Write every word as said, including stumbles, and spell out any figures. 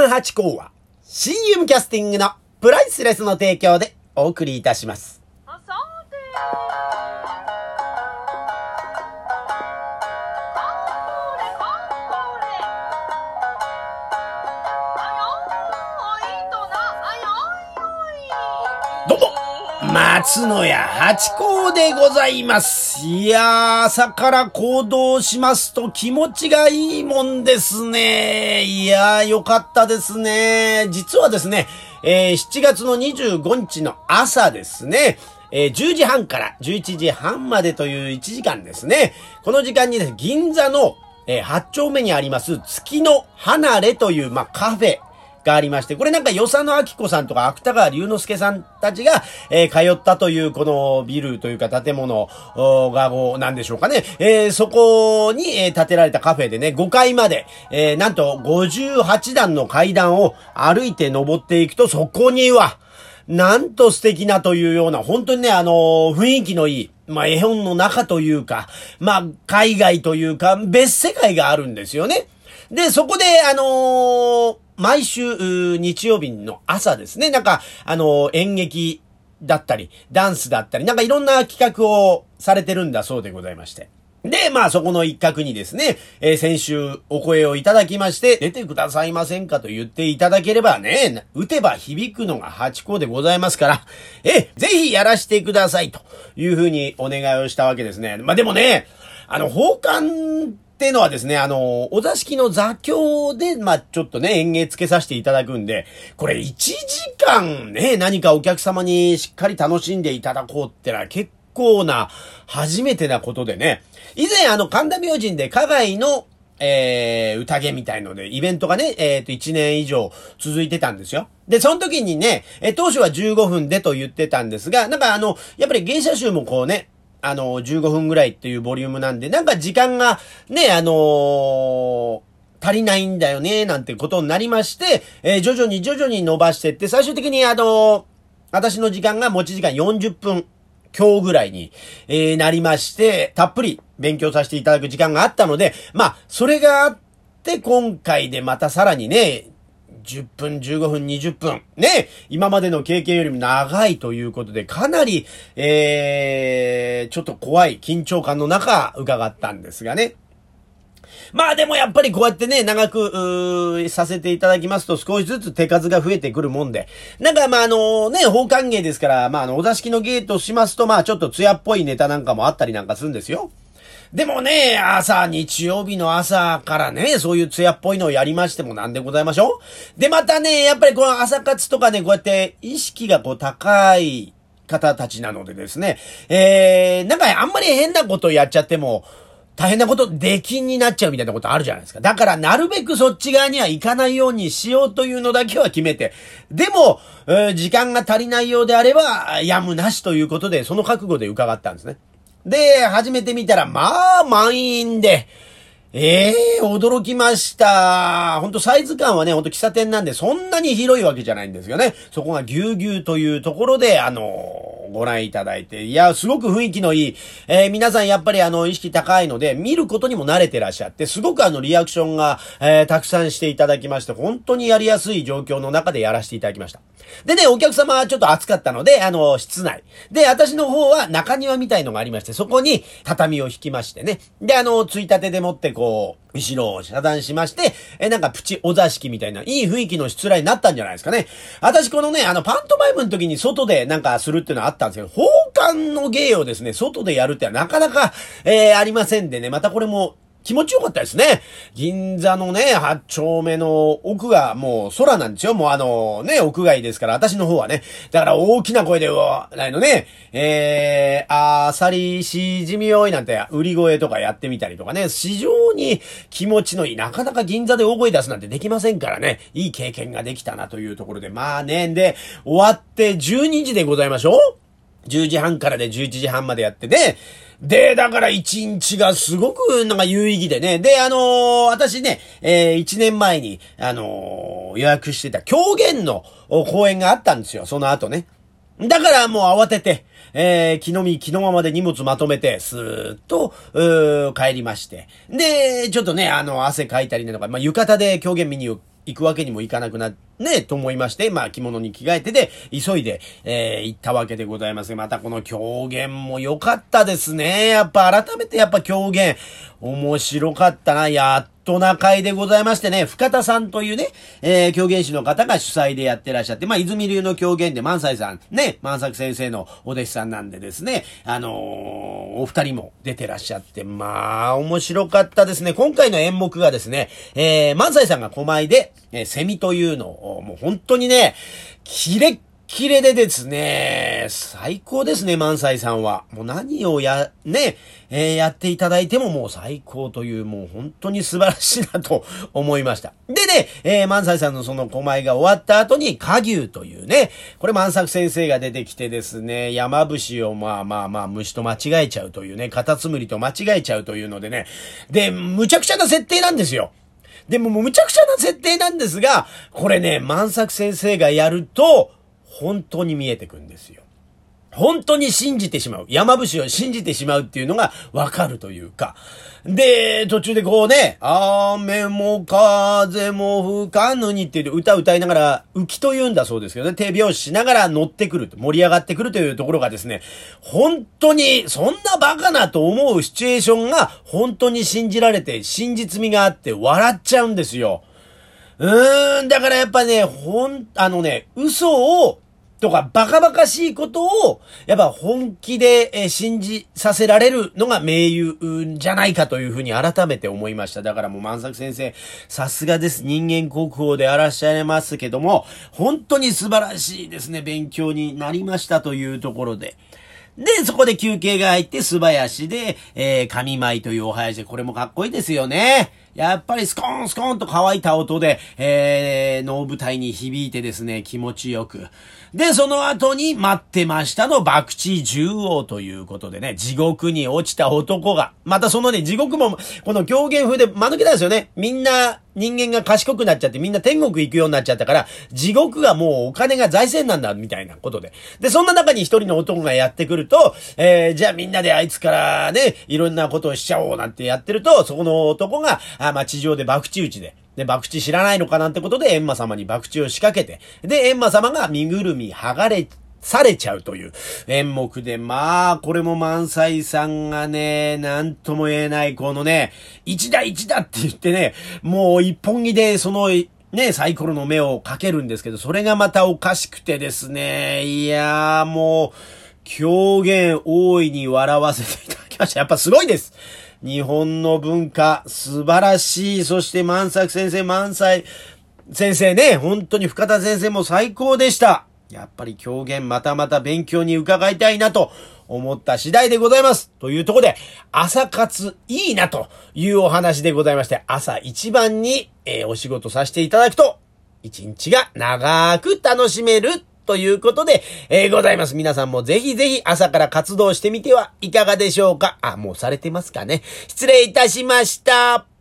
刊ハチ公は シーエム キャスティングのプライスレスの提供でお送りいたします。どうも松野屋八甲でございます。いやー、朝から行動しますと気持ちがいいもんですね。いやー、よかったですね。実はですね、えー、しちがつのにじゅうごにちの朝ですね、えー、じゅうじはんからじゅういちじはんまでといういちじかんですね。この時間にですね、銀座の、えー、はち丁目にあります月の離れという、まあ、カフェがありまして、これなんか与謝野明子さんとか芥川龍之介さんたちが、えー、通ったというこのビルというか建物がこうなんでしょうかね、えー、そこに、えー、建てられたカフェでね、ごかいまで、えー、なんとごじゅうはちだんの階段を歩いて登っていくと、そこにはなんと素敵なというような、本当にね、あのー、雰囲気のいい、まあ、絵本の中というか、まあ、海外というか、別世界があるんですよね。で、そこで、あのー、毎週、日曜日の朝ですね、なんか、あのー、演劇だったり、ダンスだったり、なんかいろんな企画をされてるんだそうでございまして。で、まあそこの一角にですね、えー、先週お声をいただきまして、出てくださいませんかと言っていただければね、打てば響くのが八甲でございますから、え、ぜひやらしてくださいというふうにお願いをしたわけですね。まあでもね、あの、奉還ってのはですね、あの、お座敷の座興で、まあちょっとね、演芸つけさせていただくんで、これいちじかんね、何かお客様にしっかり楽しんでいただこうってのは結構な、初めてなことでね、以前あの神田明神で花街の、えー、宴みたいので、イベントがね、えっと、いちねん以上続いてたんですよ。で、その時にね、え当初はじゅうごふんでと言ってたんですが、なんかあの、やっぱり芸者集もこうね、あの、じゅうごふんぐらいっていうボリュームなんで、なんか時間がね、あのー、足りないんだよね、なんてことになりまして、えー、徐々に徐々に伸ばしてって、最終的にあのー、私の時間が持ち時間よんじゅっぷん今日ぐらいに、えー、なりまして、たっぷり勉強させていただく時間があったので、まあ、それがあって、今回でまたさらにね、じゅっぷん、じゅうごふん、にじゅっぷん。ね。今までの経験よりも長いということで、かなり、えー、ちょっと怖い緊張感の中、伺ったんですがね。まあでもやっぱりこうやってね、長く、させていただきますと少しずつ手数が増えてくるもんで。なんかまああのね、奉還芸ですから、まああの、お座敷の芸としますと、まあちょっと艶っぽいネタなんかもあったりなんかするんですよ。でもね、朝、日曜日の朝からね、そういう艶っぽいのをやりましてもなんでございましょう。で、またね、やっぱりこの朝活とかね、こうやって意識がこう高い方たちなのでですね、えー、なんかあんまり変なことやっちゃっても、大変なこと、出禁になっちゃうみたいなことあるじゃないですか。だから、なるべくそっち側には行かないようにしようというのだけは決めて。でも、えー、時間が足りないようであれば、やむなしということで、その覚悟で伺ったんですね。で、始めてみたら、まあ、満員で、ええー、驚きました。ほんとサイズ感はね、ほんと喫茶店なんでそんなに広いわけじゃないんですよね。そこがぎゅうぎゅうというところで、あのー、ご覧いただいて、いや、すごく雰囲気のいい、えー、皆さんやっぱりあの、意識高いので、見ることにも慣れてらっしゃって、すごくあの、リアクションが、えー、たくさんしていただきまして、本当にやりやすい状況の中でやらせていただきました。でね、お客様はちょっと暑かったので、あの、室内。で、私の方は中庭みたいのがありまして、そこに畳を引きましてね。で、あの、ついたてでもってこう、後ろを遮断しまして、え、なんかプチお座敷みたいな、いい雰囲気のしつらいになったんじゃないですかね。私このね、あの、パントマイムの時に外でなんかするっていうのはあったんですけど、奉還の芸をですね、外でやるってのはなかなか、えー、ありませんでね、またこれも、気持ちよかったですね。銀座のね、はち丁目の奥がもう空なんですよ。もうあのね、屋外ですから、私の方はね。だから大きな声で、うわ、ないのね、えー、あーさりしじみよいなんて売り声とかやってみたりとかね、非常に気持ちのいい。なかなか銀座で大声出すなんてできませんからね、いい経験ができたなというところで、まあね、で、終わってじゅうにじでございましょう?じゅうじはんからでじゅういちじはんまでやってて、で、だから一日がすごくなんか有意義でね。で、あのー、私ね、えー、一年前に、あのー、予約してた狂言の公演があったんですよ、その後ね。だからもう慌てて、えー、気の身気のままで荷物まとめて、スーッと、うー帰りまして。で、ちょっとね、あの、汗かいたりねとか、まあ、浴衣で狂言見に行くわけにもいかなくなね、と思いまして、まあ着物に着替えてで、急いで、えー、行ったわけでございます。またこの狂言も良かったですね。やっぱ改めてやっぱ狂言、面白かったな。やっとな会でございましてね、深田さんというね、えー、狂言師の方が主催でやってらっしゃって、まあ泉流の狂言で萬斎さん、ね、万作先生のお弟子さんなんでですね、あのー、お二人も出てらっしゃって、まあ面白かったですね。今回の演目がですね、えー、萬斎さんが狛江で、えー、セミというのを、もう本当にね、キレッキレでですね、最高ですね、萬斎さんは。もう何をや、ね、えー、やっていただいてももう最高という、もう本当に素晴らしいなと思いました。でね、えー、萬斎さんのその狛江が終わった後に、花牛というね、これ万作先生が出てきてですね、山伏をまあまあまあ虫と間違えちゃうというね、カタツムリと間違えちゃうというのでね、で、むちゃくちゃな設定なんですよ。でももうむちゃくちゃな設定なんですが、これね、万作先生がやると、本当に見えてくんですよ。本当に信じてしまう。山伏を信じてしまうっていうのがわかるというか。で、途中でこうね、雨も風も吹かぬにっていう歌を歌いながら、浮きと言うんだそうですけどね、手拍子しながら乗ってくると、盛り上がってくるというところがですね、本当にそんなバカなと思うシチュエーションが本当に信じられて、真実味があって笑っちゃうんですよ。うーん、だからやっぱね、ほん、あのね、嘘を、とかバカバカしいことを、やっぱ本気で、えー、信じさせられるのが名優じゃないかというふうに改めて思いました。だからもう万作先生、さすがです。人間国宝であらっしゃいますけども、本当に素晴らしいですね。勉強になりましたというところで。で、そこで休憩が入って、素囃子で、えー、神舞というお囃子で、これもかっこいいですよね。やっぱりスコーンスコーンと乾いた音で、えー、能舞台に響いてですね、気持ちよく。で、その後に待ってましたの博打獣王ということでね、地獄に落ちた男が、またそのね、地獄も、この狂言風で間抜けなんですよね。みんな、人間が賢くなっちゃってみんな天国行くようになっちゃったから、地獄がもうお金が財政なんだ、みたいなことで。で、そんな中に一人の男がやってくると、えー、じゃあみんなであいつからね、いろんなことをしちゃおうなんてやってると、そこの男が、あまあ地上で博打打ちで、で、博打知らないのかなんてことで、閻魔様に博打を仕掛けて、で、閻魔様が身ぐるみ剥がれ、されちゃうという演目で、まあ、これも萬斎さんがね、なんとも言えない、このね、一だ一だって言ってね、もう一本気でその、ね、サイコロの目をかけるんですけど、それがまたおかしくてですね、いやーもう、狂言大いに笑わせていただきました。やっぱすごいです。日本の文化、素晴らしい。そして万作先生、萬斎先生ね、本当に深田先生も最高でした。やっぱり狂言またまた勉強に伺いたいなと思った次第でございます。というところで、朝活いいなというお話でございまして、朝一番に、えー、お仕事させていただくと、一日が長く楽しめるということで、えー、ございます。皆さんもぜひぜひ朝から活動してみてはいかがでしょうか。あ、もうされてますかね。失礼いたしました。